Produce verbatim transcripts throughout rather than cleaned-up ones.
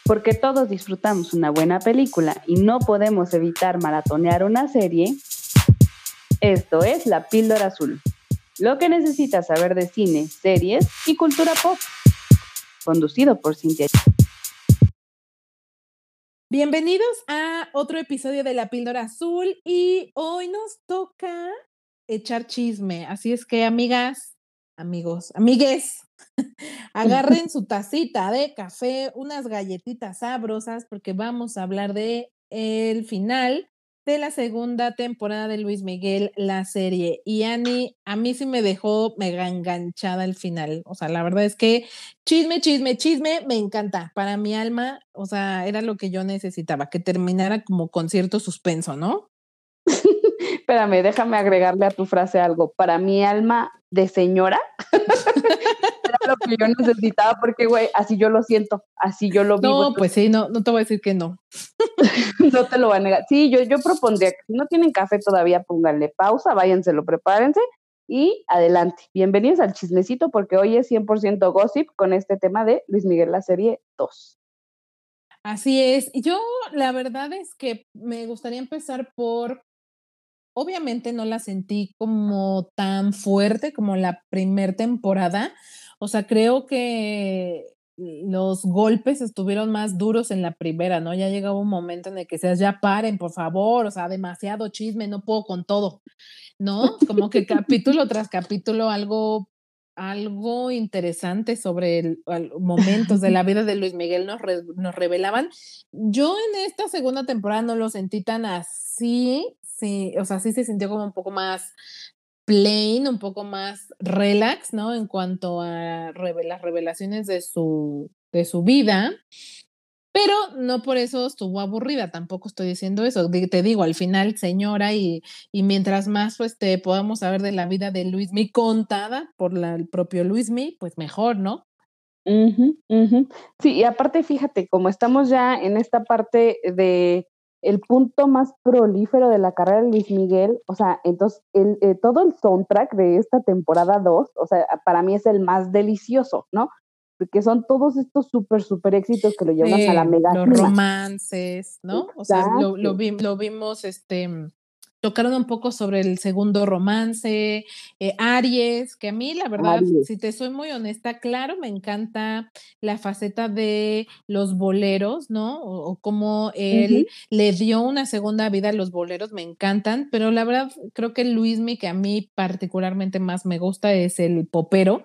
Porque todos disfrutamos una buena película y no podemos evitar maratonear una serie, esto es La Píldora Azul. Lo que necesitas saber de cine, series y cultura pop. Conducido por Cintia. Bienvenidos a otro episodio de La Píldora Azul y hoy nos toca echar chisme. Así es que, amigas, amigos, amigues, agarren su tacita de café, unas galletitas sabrosas, porque vamos a hablar de el final de la segunda temporada de Luis Miguel, la serie. Y Ani, a mí sí me dejó mega enganchada el final. O sea, la verdad es que chisme, chisme, chisme, me encanta. Para mi alma, o sea, era lo que yo necesitaba, que terminara como con cierto suspenso, ¿no? Espérame, déjame agregarle a tu frase algo. Para mi alma de señora, era lo que yo necesitaba, porque, güey, así yo lo siento, así yo lo vivo. No, pues sí, no, no te voy a decir que no. No te lo voy a negar. Sí, yo, yo propondría que si no tienen café todavía, pónganle pausa, váyanselo, prepárense y adelante. Bienvenidos al chismecito, porque hoy es cien por ciento gossip con este tema de Luis Miguel, la serie dos. Así es. Yo, la verdad es que me gustaría empezar por, obviamente no la sentí como tan fuerte como la primer temporada. O sea, creo que los golpes estuvieron más duros en la primera, ¿no? Ya llegaba un momento en el que decías, ya paren, por favor, o sea, demasiado chisme, no puedo con todo, ¿no? Como que capítulo tras capítulo algo, algo interesante sobre el, al- momentos de la vida de Luis Miguel nos, re- nos revelaban. Yo en esta segunda temporada no lo sentí tan así, sí, o sea, sí se sintió como un poco más plain, un poco más relax, ¿no? En cuanto a reve- las revelaciones de su, de su vida, pero no por eso estuvo aburrida, tampoco estoy diciendo eso. Di- Te digo, al final, señora, y, y mientras más pues, te podamos saber de la vida de Luismi contada por la- el propio Luismi, pues mejor, ¿no? Ujú, ujú. Sí, y aparte, fíjate, como estamos ya en esta parte de el punto más prolífero de la carrera de Luis Miguel, o sea, entonces el, eh, todo el soundtrack de esta temporada dos, o sea, para mí es el más delicioso, ¿no? Porque son todos estos súper, súper éxitos que lo llevan a la Eh, mega los cima. romances, ¿no? O sea, lo, lo, Exacto. vi- lo vimos, este, tocaron un poco sobre el segundo romance, eh, Aries, que a mí, la verdad, Aries. si te soy muy honesta, claro, me encanta la faceta de los boleros, ¿no? O, o cómo él Ujú. le dio una segunda vida a los boleros, me encantan, pero la verdad, creo que el Luismi, que a mí particularmente más me gusta, es el popero.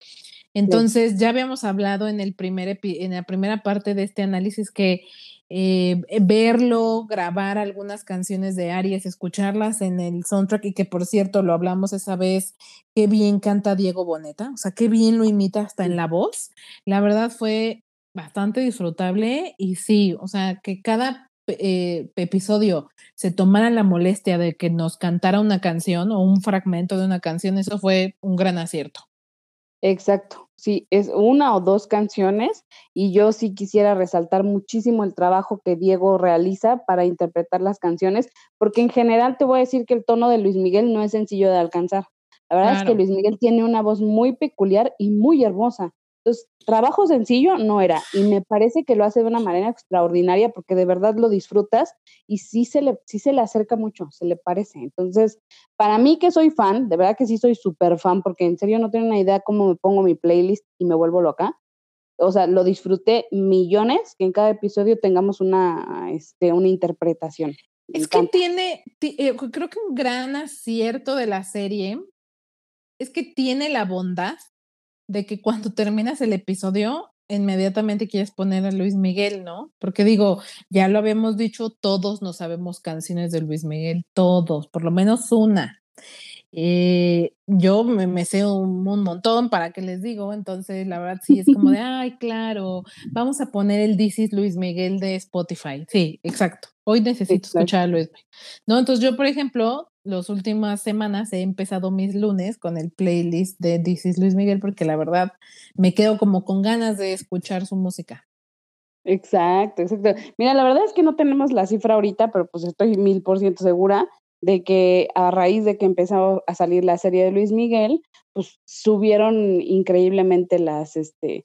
Sí. Entonces, ya habíamos hablado en el primer epi en la primera parte de este análisis que, eh, verlo, grabar algunas canciones de Aries, escucharlas en el soundtrack y que, por cierto, lo hablamos esa vez, qué bien canta Diego Boneta, o sea, qué bien lo imita hasta en la voz. La verdad fue bastante disfrutable y sí, o sea, que cada, eh, episodio se tomara la molestia de que nos cantara una canción o un fragmento de una canción, eso fue un gran acierto. Exacto, sí, es una o dos canciones y yo sí quisiera resaltar muchísimo el trabajo que Diego realiza para interpretar las canciones, porque en general te voy a decir que el tono de Luis Miguel no es sencillo de alcanzar. La verdad es que Claro. Luis Miguel tiene una voz muy peculiar y muy hermosa. Entonces, trabajo sencillo no era y me parece que lo hace de una manera extraordinaria porque de verdad lo disfrutas y sí se le, sí se le acerca mucho, se le parece. Entonces, para mí que soy fan, de verdad que sí soy súper fan, porque en serio no tienen una idea cómo me pongo mi playlist y me vuelvo loca. O sea, lo disfruté millones, que en cada episodio tengamos una, este, una interpretación. Me Es que encanta. tiene, ti- eh, creo que un gran acierto de la serie es que tiene la bondad de que cuando terminas el episodio, inmediatamente quieres poner a Luis Miguel, ¿no? Porque digo, ya lo habíamos dicho, todos no sabemos canciones de Luis Miguel, todos, por lo menos una. Eh, yo me, me sé un, un montón, ¿para qué les digo? Entonces, la verdad sí es como de, ay, claro, vamos a poner el This is Luis Miguel de Spotify. Sí, exacto. Hoy necesito escuchar a Exacto. Luis Miguel. ¿No? Entonces, yo, por ejemplo, las últimas semanas he empezado mis lunes con el playlist de This is Luis Miguel porque la verdad me quedo como con ganas de escuchar su música. Exacto, exacto. Mira, la verdad es que no tenemos la cifra ahorita, pero pues estoy mil por ciento segura de que a raíz de que empezó a salir la serie de Luis Miguel, pues subieron increíblemente las, este,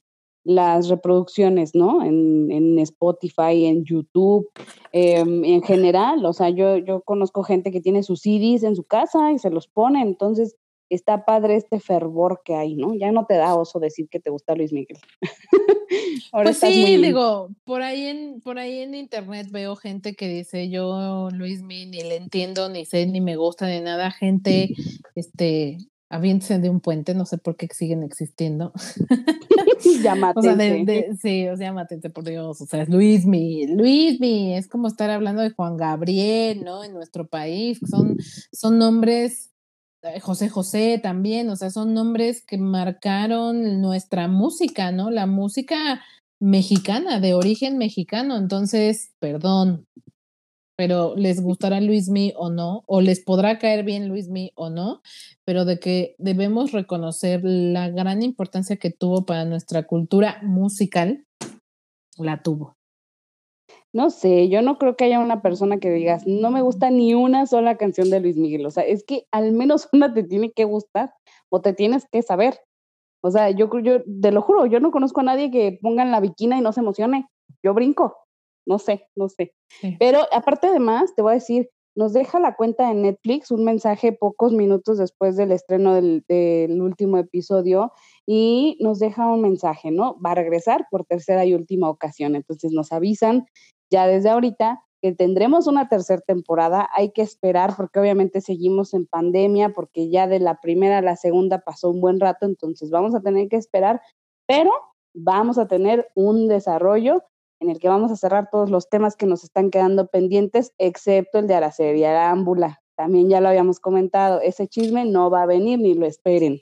las reproducciones, ¿no? En, en Spotify, en YouTube, eh, en general, o sea, yo, yo conozco gente que tiene sus C Ds en su casa y se los pone, entonces está padre este fervor que hay, ¿no? Ya no te da oso decir que te gusta Luis Miguel. Ahora Pues estás muy sí, in. digo, por ahí en, por ahí en internet veo gente que dice yo Luismi ni le entiendo, ni sé, ni me gusta de nada, gente, este, aviéntense de un puente, no sé por qué siguen existiendo. Ya O sea, de, mátense. de, sí, o sea, mátense por Dios, o sea, es Luismi, Luismi, es como estar hablando de Juan Gabriel, ¿no? En nuestro país, son, son nombres, eh, José José también, o sea, son nombres que marcaron nuestra música, ¿no? La música mexicana, de origen mexicano, entonces, perdón, pero les gustará Luismi o no, o les podrá caer bien Luismi o no, pero de que debemos reconocer la gran importancia que tuvo para nuestra cultura musical, la tuvo. No sé, yo no creo que haya una persona que digas, no me gusta ni una sola canción de Luis Miguel, o sea, es que al menos una te tiene que gustar o te tienes que saber. O sea, yo, yo te lo juro, yo no conozco a nadie que ponga en la viquina y no se emocione. Yo brinco. No sé, no sé. Sí. Pero aparte de más, te voy a decir, nos deja la cuenta de Netflix un mensaje pocos minutos después del estreno del, del último episodio y nos deja un mensaje, ¿no? Va a regresar por tercera y última ocasión. Entonces nos avisan ya desde ahorita que tendremos una tercera temporada, hay que esperar porque obviamente seguimos en pandemia, porque ya de la primera a la segunda pasó un buen rato, entonces vamos a tener que esperar, pero vamos a tener un desarrollo en el que vamos a cerrar todos los temas que nos están quedando pendientes, excepto el de Araceli Arámbula. También ya lo habíamos comentado, ese chisme no va a venir ni lo esperen.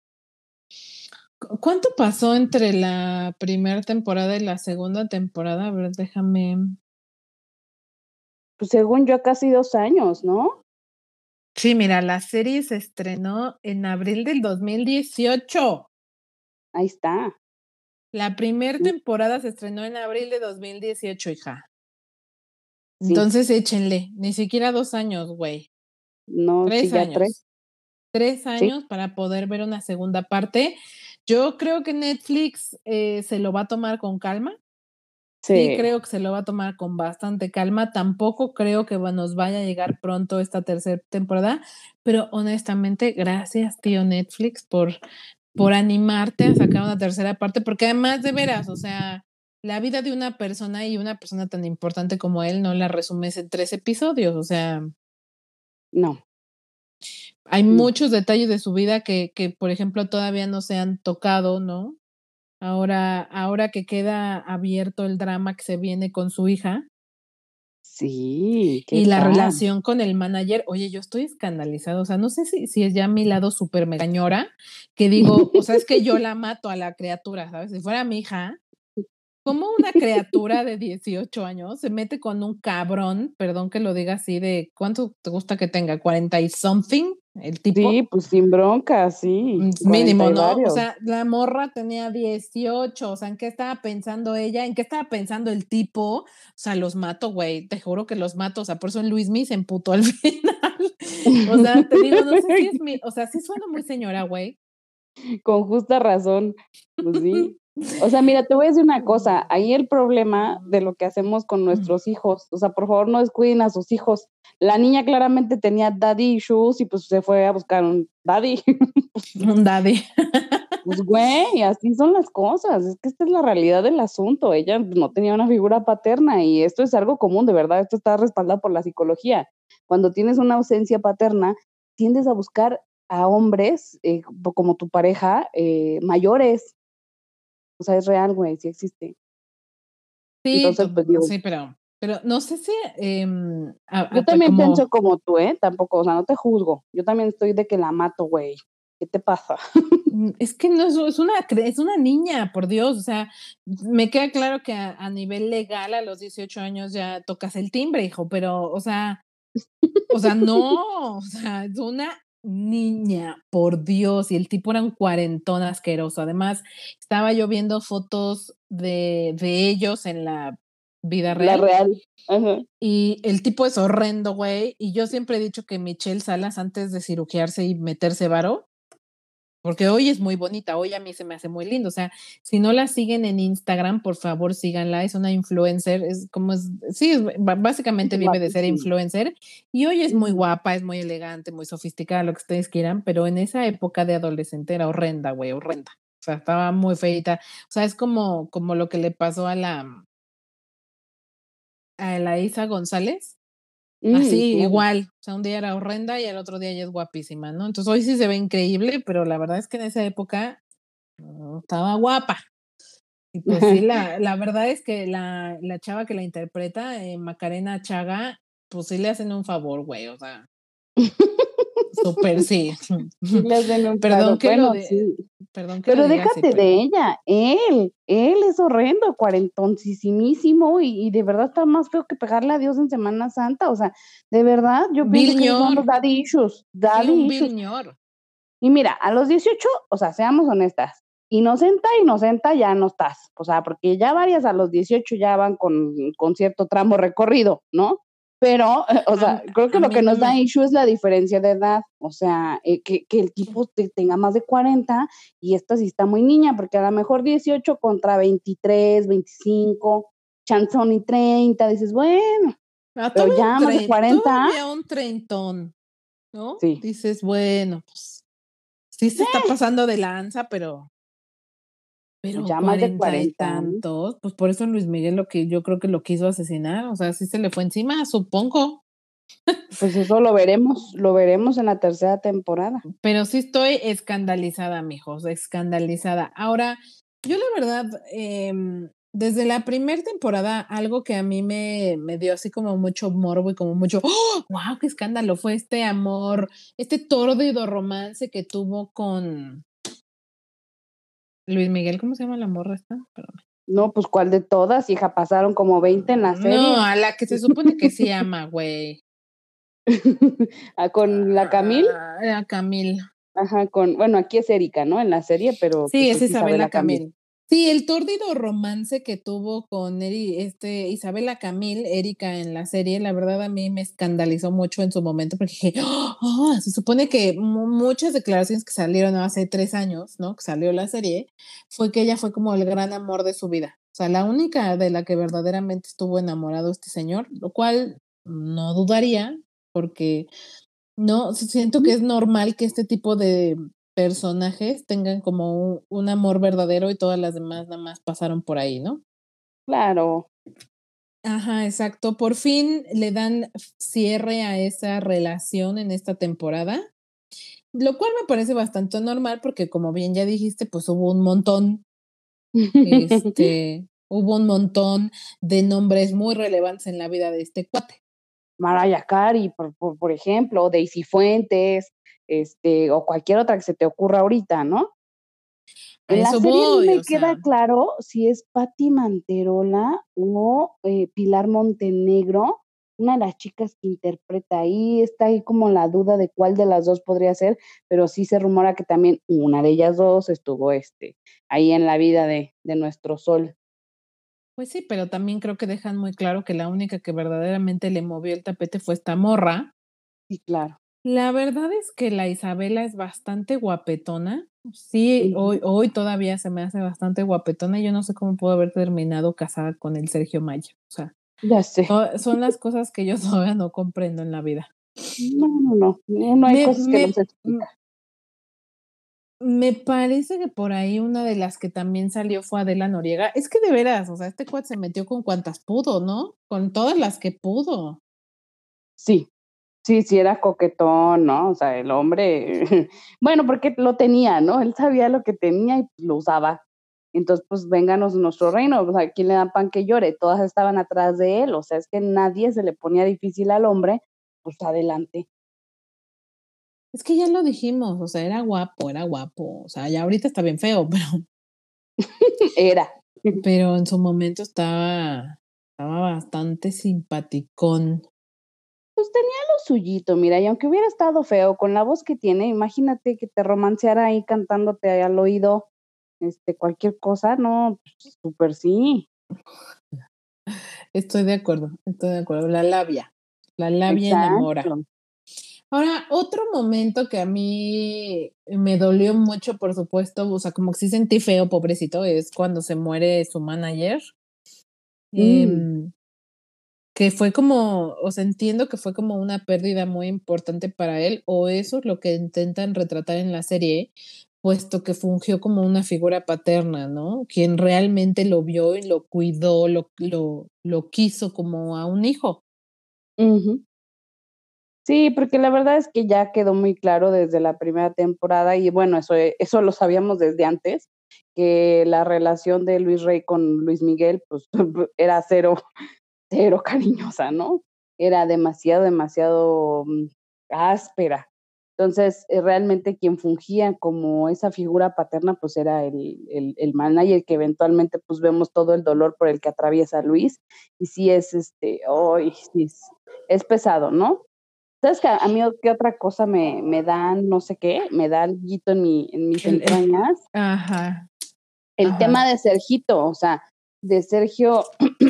¿Cuánto pasó entre la primera temporada y la segunda temporada? A ver, déjame. Pues según yo, casi dos años, ¿no? Sí, mira, la serie se estrenó en abril del dos mil dieciocho. Ahí está. La primera temporada se estrenó en abril de dos mil dieciocho, hija. Sí. Entonces échenle, ni siquiera dos años, güey. No, Tres sí, ya años. tres. Tres Sí. años para poder ver una segunda parte. Yo creo que Netflix eh, se lo va a tomar con calma. Sí. sí, creo que se lo va a tomar con bastante calma. Tampoco creo que nos vaya a llegar pronto esta tercera temporada, pero honestamente, gracias, tío Netflix, por, por animarte a sacar una tercera parte, porque además, de veras, o sea, la vida de una persona y una persona tan importante como él no la resumes en tres episodios, o sea. No. Hay no. muchos detalles de su vida que, que, por ejemplo, todavía no se han tocado, ¿no? Ahora, ahora que queda abierto el drama que se viene con su hija. Sí, y la tal? relación con el manager, oye, yo estoy escandalizada, o sea, no sé si, si es ya mi lado súper megañora, que digo, o sea, es que yo la mato a la criatura, ¿sabes? Si fuera mi hija, ¿cómo una criatura de dieciocho años se mete con un cabrón, perdón que lo diga así, de cuánto te gusta que tenga, cuarenta y something, el tipo? Sí, pues sin bronca, sí. Mínimo, ¿no? O sea, la morra tenía dieciocho, o sea, ¿en qué estaba pensando ella? ¿En qué estaba pensando el tipo? O sea, los mato, güey, te juro que los mato, o sea, por eso en Luismi se emputó al final. O sea, te digo, no sé si es mi, o sea, sí suena muy señora, güey. Con justa razón, pues sí. O sea, mira, te voy a decir una cosa, ahí el problema de lo que hacemos con nuestros hijos, o sea, por favor no descuiden a sus hijos. La niña claramente tenía daddy issues y pues se fue a buscar un daddy. Un daddy. Pues güey, así son las cosas, es que esta es la realidad del asunto, ella no tenía una figura paterna y esto es algo común, de verdad, esto está respaldado por la psicología. Cuando tienes una ausencia paterna, tiendes a buscar a hombres eh, como tu pareja eh, mayores. O sea, es real, güey, sí existe. Sí, Entonces, pues digo, sí, pero, pero no sé si eh, a, yo a, también como... pienso como tú, ¿eh? Tampoco, o sea, no te juzgo. Yo también estoy de que la mato, güey. ¿Qué te pasa? Es que no es, es una es una niña, por Dios, o sea, me queda claro que a, a nivel legal a los dieciocho años ya tocas el timbre, hijo, pero, o sea, o sea, no, o sea, es una niña, por Dios, y el tipo era un cuarentón asqueroso. Además, estaba yo viendo fotos de, de ellos en la vida real. La real. Ajá. Y el tipo es horrendo, güey, y yo siempre he dicho que Michelle Salas, antes de cirugiarse y meterse varo, porque hoy es muy bonita, hoy a mí se me hace muy lindo, o sea, si no la siguen en Instagram, por favor síganla, es una influencer, es como es, sí, es, básicamente Es vive de ser guapísima. influencer y hoy es muy Ujú. guapa, es muy elegante, muy sofisticada, lo que ustedes quieran, pero en esa época de adolescente era horrenda, güey, horrenda, o sea, estaba muy feita, o sea, es como, como lo que le pasó a la, a la Isa González. Mm, Así, claro. igual, o sea, un día era horrenda y el otro día ya es guapísima, ¿no? Entonces, hoy sí se ve increíble, pero la verdad es que en esa época no estaba guapa. Y pues sí, la la verdad es que la la chava que la interpreta, eh, Macarena Chaga, pues sí le hacen un favor, güey, o sea, súper sí. Sí le hacen un Perdón paro. que lo Bueno, de sí. perdón que lo Pero diga así, déjate de pero ella, él, él es horrendo, cuarentoncísimísimo y, y de verdad está más feo que pegarle a Dios en Semana Santa. O sea, de verdad, yo pienso Bill que esos son ñor, los daddy issues, sí, daddy un Bill issues. ñor. Y mira, a los dieciocho, o sea, seamos honestas, inocenta, inocenta ya no estás, o sea, porque ya varias a los dieciocho ya van con, con cierto tramo recorrido, ¿no? Pero, o A sea, creo que a lo mí que no nos da me issue es la diferencia de edad, o sea, eh, que, que el tipo te- tenga más de cuarenta y esta sí está muy niña, porque a lo mejor dieciocho contra veintitrés, veinticinco, chanzón y treinta, dices, bueno, ah, pero todavía un ya más de tre cuarenta, todavía un treintón, ¿no? sí. Dices, bueno, pues sí se está pasando de lanza, pero pero Ya más de cuarenta y cuarenta. tantos, pues por eso Luis Miguel lo que yo creo que lo quiso asesinar, o sea, sí se le fue encima, supongo, Pues eso lo veremos, lo veremos en la tercera temporada. pero sí estoy escandalizada, mijos, escandalizada. Ahora, yo la verdad, em, desde la primer temporada, algo que a mí me me dio así como mucho morbo y como mucho, ¡oh! Guau, qué escándalo, fue este amor, este tórdido romance que tuvo con Luis Miguel, ¿cómo se llama la morra esta? Espérame. No, pues cuál de todas, hija, pasaron como veinte en la No, serie. a la que se supone que sí ama, güey. Ah, con la Camil, Ah, era Camil. ajá, con, bueno, aquí es Erika, ¿no? En la serie, pero Sí, pues es es Isabela Isabela Camil. Camil. Sí, el tórdido romance que tuvo con Eri, este, Isabela Camil, Erika en la serie, la verdad a mí me escandalizó mucho en su momento porque dije, oh, se supone que mu- muchas declaraciones que salieron hace tres años, ¿no? Que salió la serie, fue que ella fue como el gran amor de su vida. O sea, la única de la que verdaderamente estuvo enamorado este señor, lo cual no dudaría porque no, s siento que Ujú. es normal que este tipo de personajes tengan como un un amor verdadero y todas las demás nada más pasaron por ahí, ¿no? Claro. Ajá, exacto. Por fin le dan cierre a esa relación en esta temporada, lo cual me parece bastante normal porque, como bien ya dijiste, pues hubo un montón, este, hubo un montón de nombres muy relevantes en la vida de este cuate. Mariah Carey, por, por, por ejemplo, Daisy Fuentes, este, o cualquier otra que se te ocurra ahorita, ¿no? A En la eso serie no voy, me o queda sea, claro si es Patti Manterola o eh, Pilar Montenegro, una de las chicas que interpreta ahí, está ahí como la duda de cuál de las dos podría ser, pero sí se rumora que también una de ellas dos estuvo este, ahí en la vida de, de nuestro sol. pues sí, pero también creo que dejan muy claro que la única que verdaderamente le movió el tapete fue esta morra. Sí, claro. La verdad es que la Isabela es bastante guapetona. Sí, hoy, Ujú. hoy todavía se me hace bastante guapetona y yo no sé cómo puedo haber terminado casada con el Sergio Maya. O sea, Ya sé. to- son las cosas que yo todavía no comprendo en la vida. No, no, no, no, no hay Me, cosas que no me, se explican. Me parece que por ahí una de las que también salió fue Adela Noriega. Es que de veras, o sea, este cuate se metió con cuantas pudo, ¿no? Con todas las que pudo. Sí, sí, sí era coquetón, ¿no? O sea, el hombre, bueno, porque lo tenía, ¿no? Él sabía lo que tenía y lo usaba. Entonces, pues vénganos nuestro reino, o sea, ¿quién le da pan que llore? Todas estaban atrás de él, o sea, es que nadie se le ponía difícil al hombre, pues adelante. Es que ya lo dijimos, o sea, era guapo, era guapo. O sea, ya ahorita está bien feo, pero, Era. pero en su momento estaba, estaba bastante simpaticón. Pues tenía lo suyito, mira, y aunque hubiera estado feo con la voz que tiene, imagínate que te romanceara ahí cantándote al oído, este, cualquier cosa, no, pues, súper sí, Estoy de acuerdo, estoy de acuerdo. La labia, la labia enamora. exacto. Ahora, otro momento que a mí me dolió mucho, por supuesto, o sea, como que sí sentí feo, pobrecito, es cuando se muere su manager. Mm. Em, que fue como, o sea, entiendo que fue como una pérdida muy importante para él, o eso es lo que intentan retratar en la serie, puesto que fungió como una figura paterna, ¿no? Quien realmente lo vio y lo cuidó, lo lo lo quiso como a un hijo. Ujú. Sí, porque la verdad es que ya quedó muy claro desde la primera temporada y bueno, eso, eh, eso lo sabíamos desde antes, que la relación de Luis Rey con Luis Miguel, pues, era cero cero cariñosa, ¿no? Era demasiado, demasiado, mm, áspera. Entonces, eh, realmente quien fungía como esa figura paterna, pues, era el el el manager que eventualmente, pues, vemos todo el dolor por el que atraviesa Luis, y sí es, este, ay, sí es es pesado, ¿no? ¿Sabes qué? A mí, ¿qué otra cosa me me da no sé qué? Me da alguito en mi en mis El el entrañas. ajá, El tema ajá. de Sergito, o sea, de Sergio,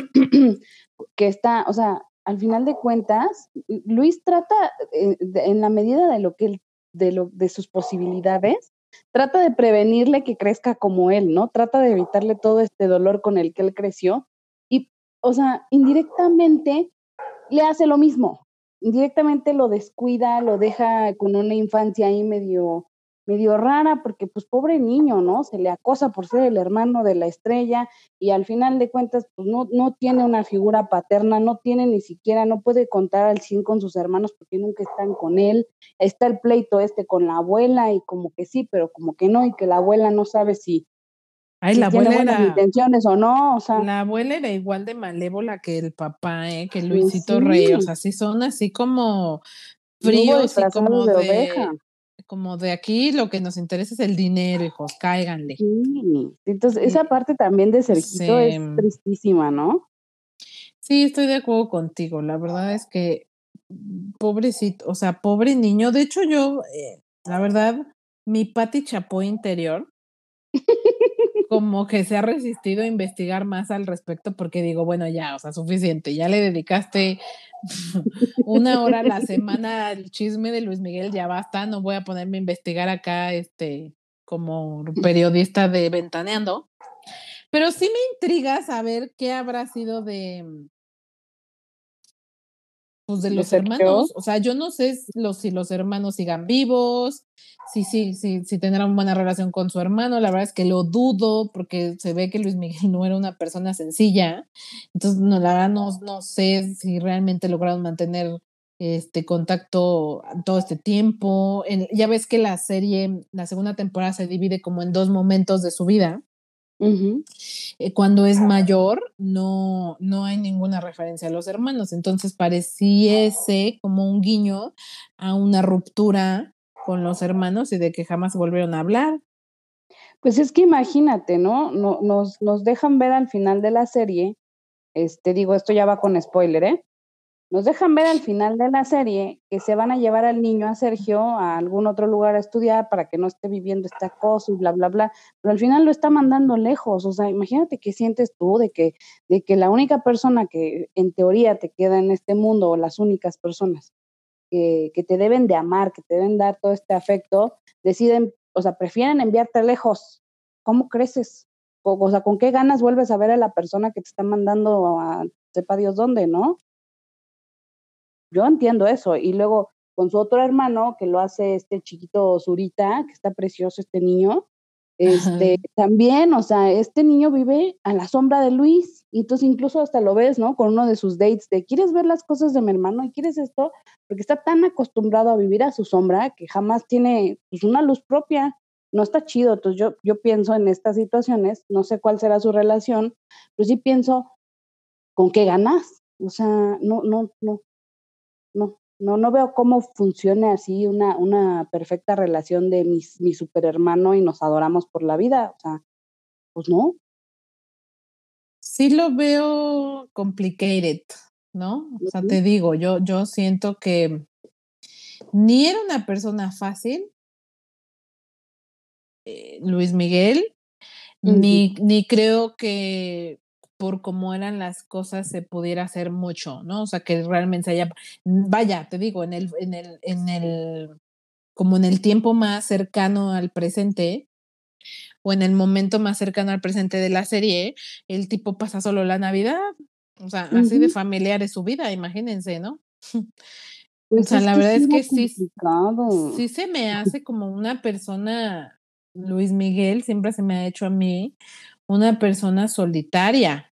que está, o sea, al final de cuentas, L Luis trata, eh, de en la medida de lo que él de lo de sus posibilidades, trata de prevenirle que crezca como él, ¿no? Trata de evitarle todo este dolor con el que él creció y, o sea, indirectamente le hace lo mismo. Indirectamente lo descuida, lo deja con una infancia ahí medio medio rara, porque, pues, pobre niño, ¿no? Se le acosa por ser el hermano de la estrella y al final de cuentas, pues, no no tiene una figura paterna, no tiene ni siquiera no puede contar al cien con sus hermanos porque nunca están con él. Está el pleito este con la abuela y como que sí, pero como que no, y que la abuela no sabe si Ay, si la tiene abuela buenas era intenciones o no, o sea. la abuela era igual de malévola que el papá, ¿eh? Que Pues Luisito Rey, o sí. sea, sí son así como Lobo fríos y disfrazado como de oveja. de como de aquí lo que nos interesa es el dinero, hijos, cáiganle. Sí, entonces, Y esa parte también de Sergito sí. es tristísima, ¿no? Sí, estoy de acuerdo contigo. La verdad es que, mm, pobrecito, o sea, pobre niño. De hecho, yo, eh, la verdad, mi Pati Chapoy interior como que se ha resistido a investigar más al respecto, porque digo, bueno, ya, o sea, suficiente, ya le dedicaste una hora a la semana al chisme de Luis Miguel, ya basta, no voy a ponerme a investigar acá, este, como periodista de Ventaneando. Pero sí me intriga saber qué habrá sido de pues, de ¿De los Sergio? hermanos, o sea, yo no sé s los si los hermanos sigan vivos, si si si si tendrán buena relación con su hermano, la verdad es que lo dudo, porque se ve que Luis Miguel no era una persona sencilla. Entonces, no, la verdad no no sé si realmente lograron mantener, este, contacto todo este tiempo. En ya ves que la serie, la segunda temporada se divide como en dos momentos de su vida. Ujú. Eh, cuando es mayor, no no hay ninguna referencia a los hermanos, entonces pareciese como un guiño a una ruptura con los hermanos y de que jamás volvieron a hablar. Pues es que imagínate, ¿no? No nos nos dejan ver al final de la serie, este, digo, esto ya va con spoiler, ¿eh? Nos dejan ver al final de la serie que se van a llevar al niño, a Sergio, a algún otro lugar a estudiar para que no esté viviendo este acoso y bla, bla, bla, pero al final lo está mandando lejos, o sea, imagínate qué sientes tú de que de que la única persona que en teoría te queda en este mundo, o las únicas personas que que te deben de amar, que te deben dar todo este afecto, deciden, o sea, prefieren enviarte lejos. ¿Cómo creces? O o sea, ¿con qué ganas vuelves a ver a la persona que te está mandando a sepa Dios dónde, no? Yo entiendo eso. Y luego con su otro hermano, que lo hace este chiquito Zurita, que está precioso este niño, este, Ajá. también, o sea, este niño vive a la sombra de Luis, y entonces incluso hasta lo ves, ¿no? Con uno de sus dates de: "¿Quieres ver las cosas de mi hermano y quieres esto?". Porque está tan acostumbrado a vivir a su sombra que jamás tiene, pues, una luz propia. No está chido. Entonces, yo yo pienso en estas situaciones, no sé cuál será su relación, pero sí pienso, ¿con qué ganas? O sea, no no no no no no veo cómo funcione así una una perfecta relación de mis mi superhermano y nos adoramos por la vida, o sea, pues no. Sí lo veo complicated, ¿no? O sea, Ujú. te digo, yo yo siento que ni era una persona fácil eh, Luis Miguel, Ujú. ni ni creo que por cómo eran las cosas se pudiera hacer mucho, ¿no? O sea, que realmente se haya, vaya, te digo, en el, en el, en el, como en el tiempo más cercano al presente, o en el momento más cercano al presente de la serie, el tipo pasa solo la Navidad. O sea, así de Ujú. familiar es su vida, imagínense, ¿no? O Pues sea, es la que verdad sí es era que sí, complicado. sí se me hace como una persona, Luis Miguel siempre se me ha hecho a mí una persona solitaria,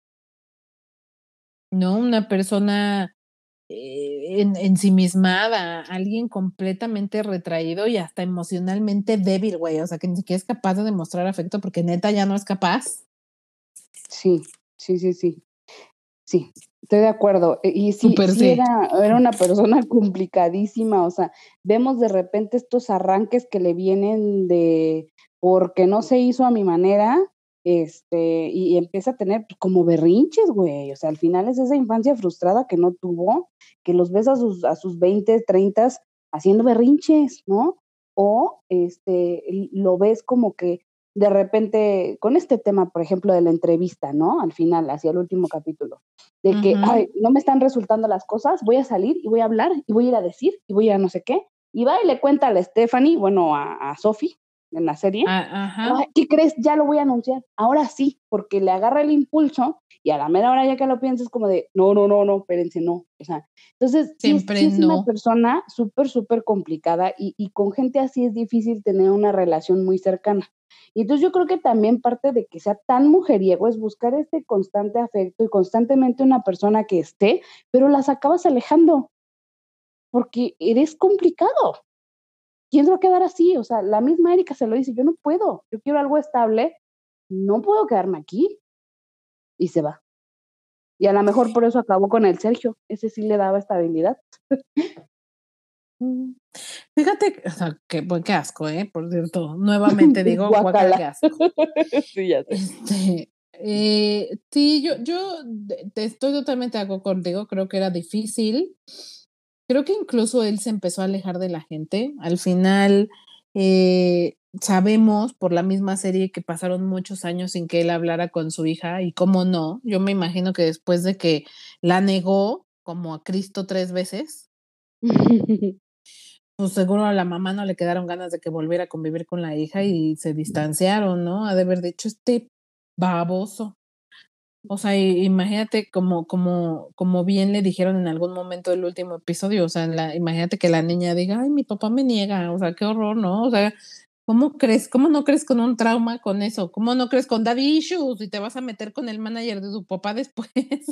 ¿no? Una persona eh, en, ensimismada, alguien completamente retraído y hasta emocionalmente débil, güey. O sea, que ni siquiera es capaz de demostrar afecto porque neta ya no es capaz. Sí, sí, sí, sí. Sí, estoy de acuerdo. E y sí Súper sí sí. era era una persona complicadísima, o sea, vemos de repente estos arranques que le vienen de porque no se hizo a mi manera, este, y y empieza a tener, pues, como berrinches, güey, o sea, al final es esa infancia frustrada que no tuvo, que los ves a sus a sus veinte, treintas haciendo berrinches, ¿no? O, este, l lo ves como que de repente con este tema, por ejemplo, de la entrevista, ¿no? Al final, hacia el último capítulo, de que, Ujú. ay, no me están resultando las cosas, voy a salir y voy a hablar y voy a ir a decir y voy a no sé qué. Y va y le cuenta a la Stephanie, bueno, a, a Sophie en la serie, Ah, ay, ajá. ¿qué crees? Ya lo voy a anunciar. Ahora sí, porque le agarra el impulso y a la mera hora ya que lo piensas como de, no, no, no, no, espérense, no. O sea, entonces sí es, Siempre sí es una no. persona súper, súper complicada y, y con gente así es difícil tener una relación muy cercana. Y entonces yo creo que también parte de que sea tan mujeriego es buscar este constante afecto y constantemente una persona que esté, pero las acabas alejando porque eres complicado. ¿Quién se va a quedar así? O sea, la misma Erika se lo dice, yo no puedo, yo quiero algo estable, no puedo quedarme aquí y se va. Y a lo mejor por eso acabó con el Sergio, ese sí le daba estabilidad. Mm. Fíjate, o sea, que, pues, qué asco, ¿eh? Por cierto, nuevamente digo, guácala, Guácala. qué asco. Sí, ya sé. Este, eh, sí, yo, yo de- te estoy totalmente de acuerdo contigo, creo que era difícil. Creo que incluso él se empezó a alejar de la gente. Al final, eh, sabemos por la misma serie que pasaron muchos años sin que él hablara con su hija y cómo no. Yo me imagino que después de que la negó como a Cristo tres veces, pues seguro a la mamá no le quedaron ganas de que volviera a convivir con la hija y se distanciaron, ¿no? Ha de haber dicho este baboso. O sea, i imagínate como como como bien le dijeron en algún momento del último episodio, o sea, la imagínate que la niña diga: "Ay, mi papá me niega", o sea, qué horror, ¿no? O sea, ¿cómo crees? ¿Cómo no crees con un trauma con eso? ¿Cómo no crees con daddy issues y te vas a meter con el manager de tu papá después?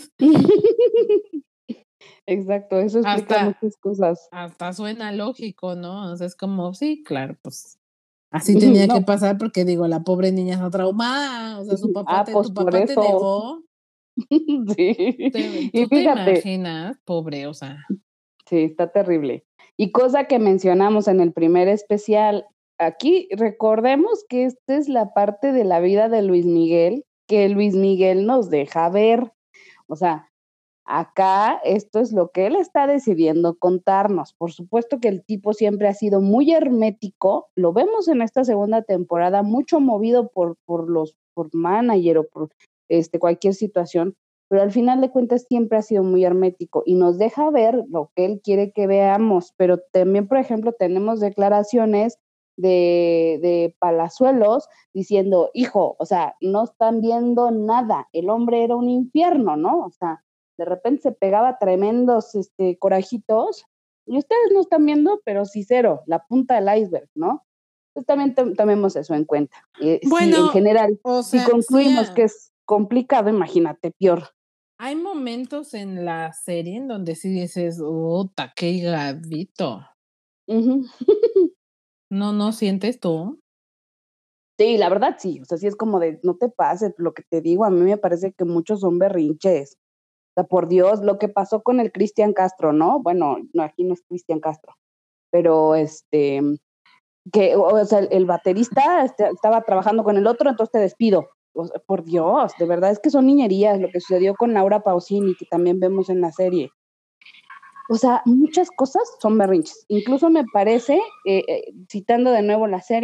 Exacto, eso explica Hasta muchas cosas. hasta suena lógico, ¿no? O sea, es como, sí, claro, pues, así tenía que No, pasar porque digo, la pobre niña está traumada, o sea, su papá ah, te pues tu por papá te eso. negó, Sí. te Y ¿tú te fíjate, imaginas? Pobre, o sea. sí, está terrible. Y cosa que mencionamos en el primer especial, aquí recordemos que esta es la parte de la vida de Luis Miguel que Luis Miguel nos deja ver. O sea, acá esto es lo que él está decidiendo contarnos. Por supuesto que el tipo siempre ha sido muy hermético, lo vemos en esta segunda temporada, mucho movido por, por los por manager o por este, cualquier situación, pero al final de cuentas siempre ha sido muy hermético y nos deja ver lo que él quiere que veamos, pero también, por ejemplo, tenemos declaraciones de, de Palazuelos diciendo, hijo, o sea, no están viendo nada, el hombre era un infierno, ¿no? O sea, de repente se pegaba tremendos este, corajitos y ustedes no están viendo, pero sí cero, la punta del iceberg, ¿no? Entonces también to- tomemos eso en cuenta. Eh, sí, en Bueno, general, o si sea, sí, concluimos que ah, es complicado, imagínate, peor. hay momentos en la serie en donde sí dices: "Uta, qué higadito". Ujú. ¿No no sientes tú? Sí, la verdad sí, o sea, sí es como de, no te pases, lo que te digo, a mí me parece que muchos son berrinches. O sea, por Dios, lo que pasó con el Cristian Castro, ¿no? Bueno, no, aquí no es Cristian Castro, pero este, que, o o sea, el, el baterista este, estaba trabajando con el otro, entonces te despido. O sea, por Dios, de verdad es que son niñerías lo que sucedió con Laura Pausini, que también vemos en la serie. O sea, muchas cosas son berrinches. Incluso me parece, eh, eh, citando de nuevo la serie,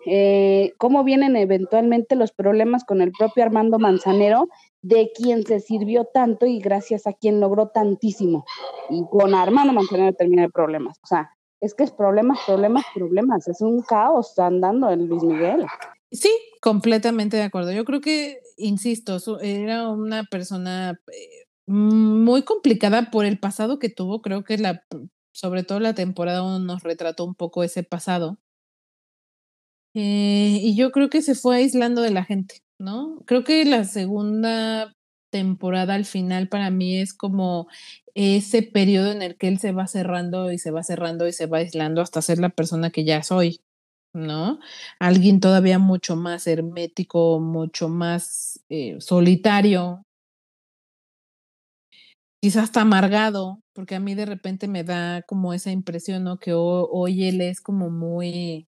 eh, cómo vienen eventualmente los problemas con el propio Armando Manzanero, de quien se sirvió tanto y gracias a quien logró tantísimo. Y con Armando Manzanero termina el problemas. O sea, es que es problemas, problemas, problemas. Es un caos andando en Luis Miguel. Sí, completamente de acuerdo. Yo creo que, insisto, su era una persona, eh, muy complicada por el pasado que tuvo. Creo que la sobre todo la temporada uno nos retrató un poco ese pasado. Eh, y yo creo que se fue aislando de la gente, ¿no? Creo que la segunda temporada al final para mí es como ese periodo en el que él se va cerrando, y se va cerrando, y se va aislando hasta ser la persona que ya soy, ¿no? Alguien todavía mucho más hermético, mucho más, eh, solitario. Quizás hasta amargado, porque a mí de repente me da como esa impresión, ¿no? Que ho hoy él es como muy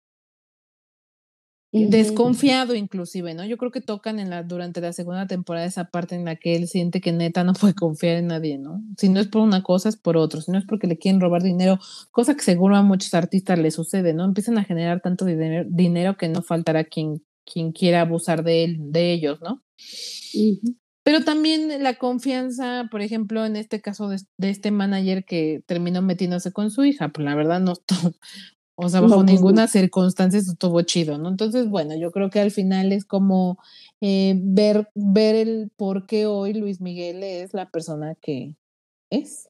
Ujú. desconfiado inclusive, ¿no? Yo creo que tocan en la durante la segunda temporada esa parte en la que él siente que neta no puede confiar en nadie, ¿no? Si no es por una cosa, es por otro, si no es porque le quieren robar dinero, cosa que seguro a muchos artistas les sucede, ¿no? Empiezan a generar tanto dinero dinero que no faltará quien quien quiera abusar de él de ellos, ¿no? Ujú. Pero también la confianza, por ejemplo, en este caso de de este manager que terminó metiéndose con su hija, pues, la verdad no estuvo, o sea, bajo No, pues no. ninguna circunstancia eso estuvo chido, ¿no? Entonces, bueno, yo creo que al final es como, eh, ver ver el por qué hoy Luis Miguel es la persona que es.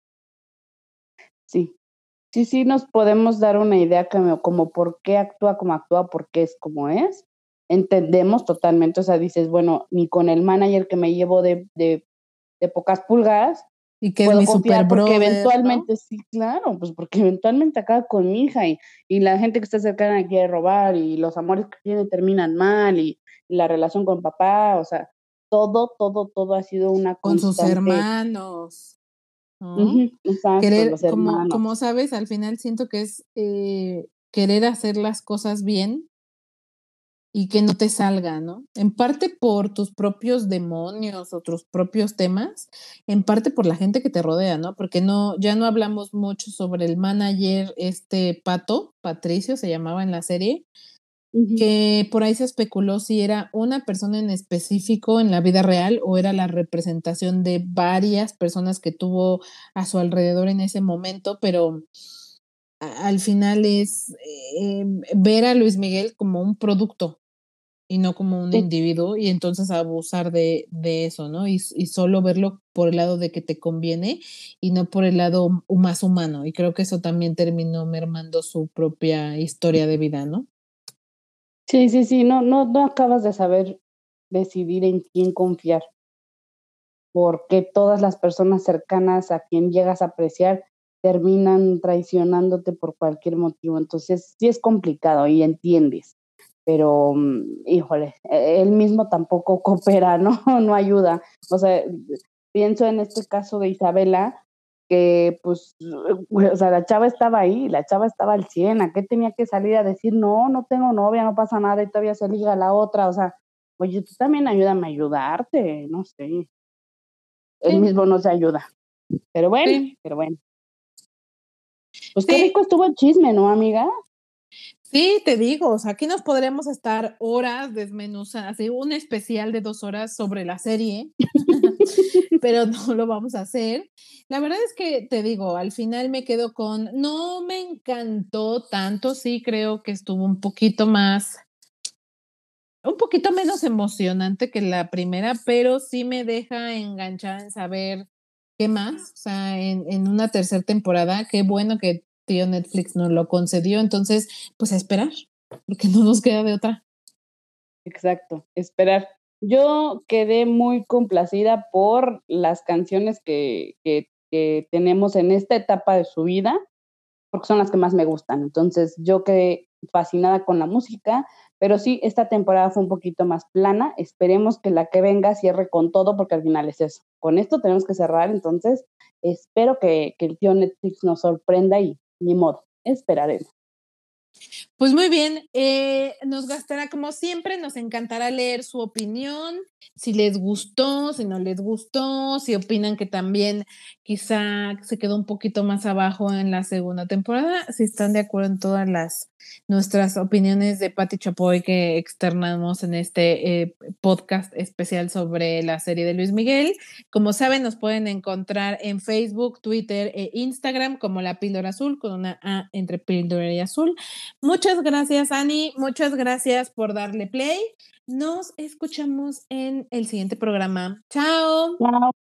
Sí. Sí, sí, nos podemos dar una idea como como por qué actúa como actúa, por qué es como es. Entendemos totalmente, o sea, dices, bueno, ni con el manager que me llevo de de de pocas pulgadas Y que es puedo mi super confiar, porque brother, ¿no? eventualmente sí, claro, pues, porque eventualmente acaba con mi hija, y y la gente que está cercana le quiere robar, y los amores que tiene terminan mal, y la relación con papá, o sea, todo, todo, todo ha sido una Con sus constante. hermanos, ¿no? Ujú, exacto, Querer, los como como hermanos. sabes, al final siento que es, eh, querer hacer las cosas bien y que no te salga, ¿no? En parte por tus propios demonios o tus propios temas, en parte por la gente que te rodea, ¿no? Porque no ya no hablamos mucho sobre el manager, este Pato, Patricio se llamaba en la serie, Ujú. que por ahí se especuló si era una persona en específico en la vida real o era la representación de varias personas que tuvo a su alrededor en ese momento, pero a al final es, eh, ver a Luis Miguel como un producto y no como un Sí. individuo, y entonces abusar de de eso, ¿no? Y y solo verlo por el lado de que te conviene y no por el lado hu más humano, y creo que eso también terminó mermando su propia historia de vida, ¿no? Sí, sí, sí, no no no acabas de saber decidir en quién confiar. Porque todas las personas cercanas a quien llegas a apreciar terminan traicionándote por cualquier motivo. Entonces, sí es complicado y entiendes, pero, mm, híjole, e él mismo tampoco coopera, ¿no? No ayuda. O sea, pienso en este caso de Isabela, que, pues, o sea, la chava estaba ahí, la chava estaba al cien, ¿a qué tenía que salir a decir: "No, no tengo novia, no pasa nada", y todavía se liga a la otra? O sea, oye, tú también ayúdame a ayudarte, no sé. Él Sí, mismo no se ayuda. Pero bueno, sí, pero bueno. Pues qué sí, rico estuvo el chisme, ¿no, amiga? sí, te digo, o sea, aquí nos podríamos estar horas desmenuzando, así un especial de dos horas sobre la serie, pero no lo vamos a hacer. La verdad es que, te digo, al final me quedo con no me encantó tanto, sí creo que estuvo un poquito más un poquito menos emocionante que la primera, pero sí me deja enganchada en saber qué más, o sea, en en una tercer temporada. Qué bueno que tío Netflix nos lo concedió, entonces, pues a esperar, porque no nos queda de otra. Exacto, esperar. Yo quedé muy complacida por las canciones que que que tenemos en esta etapa de su vida, porque son las que más me gustan. Entonces, yo quedé fascinada con la música, pero sí, esta temporada fue un poquito más plana. Esperemos que la que venga cierre con todo, porque al final es eso. Con esto tenemos que cerrar, entonces espero que que el tío Netflix nos sorprenda y ni modo, esperaremos. Pues muy bien, eh, nos gastará como siempre, nos encantará leer su opinión, si les gustó, si no les gustó, si opinan que también quizá se quedó un poquito más abajo en la segunda temporada, si están de acuerdo en todas las nuestras opiniones de Pati Chapoy que externamos en este eh, podcast especial sobre la serie de Luis Miguel. Como saben, nos pueden encontrar en Facebook, Twitter e Instagram como La Píldora Azul, con una A entre píldora y azul. Muchas gracias, Ani. Muchas gracias por darle play. Nos escuchamos en el siguiente programa. Chao. Chao.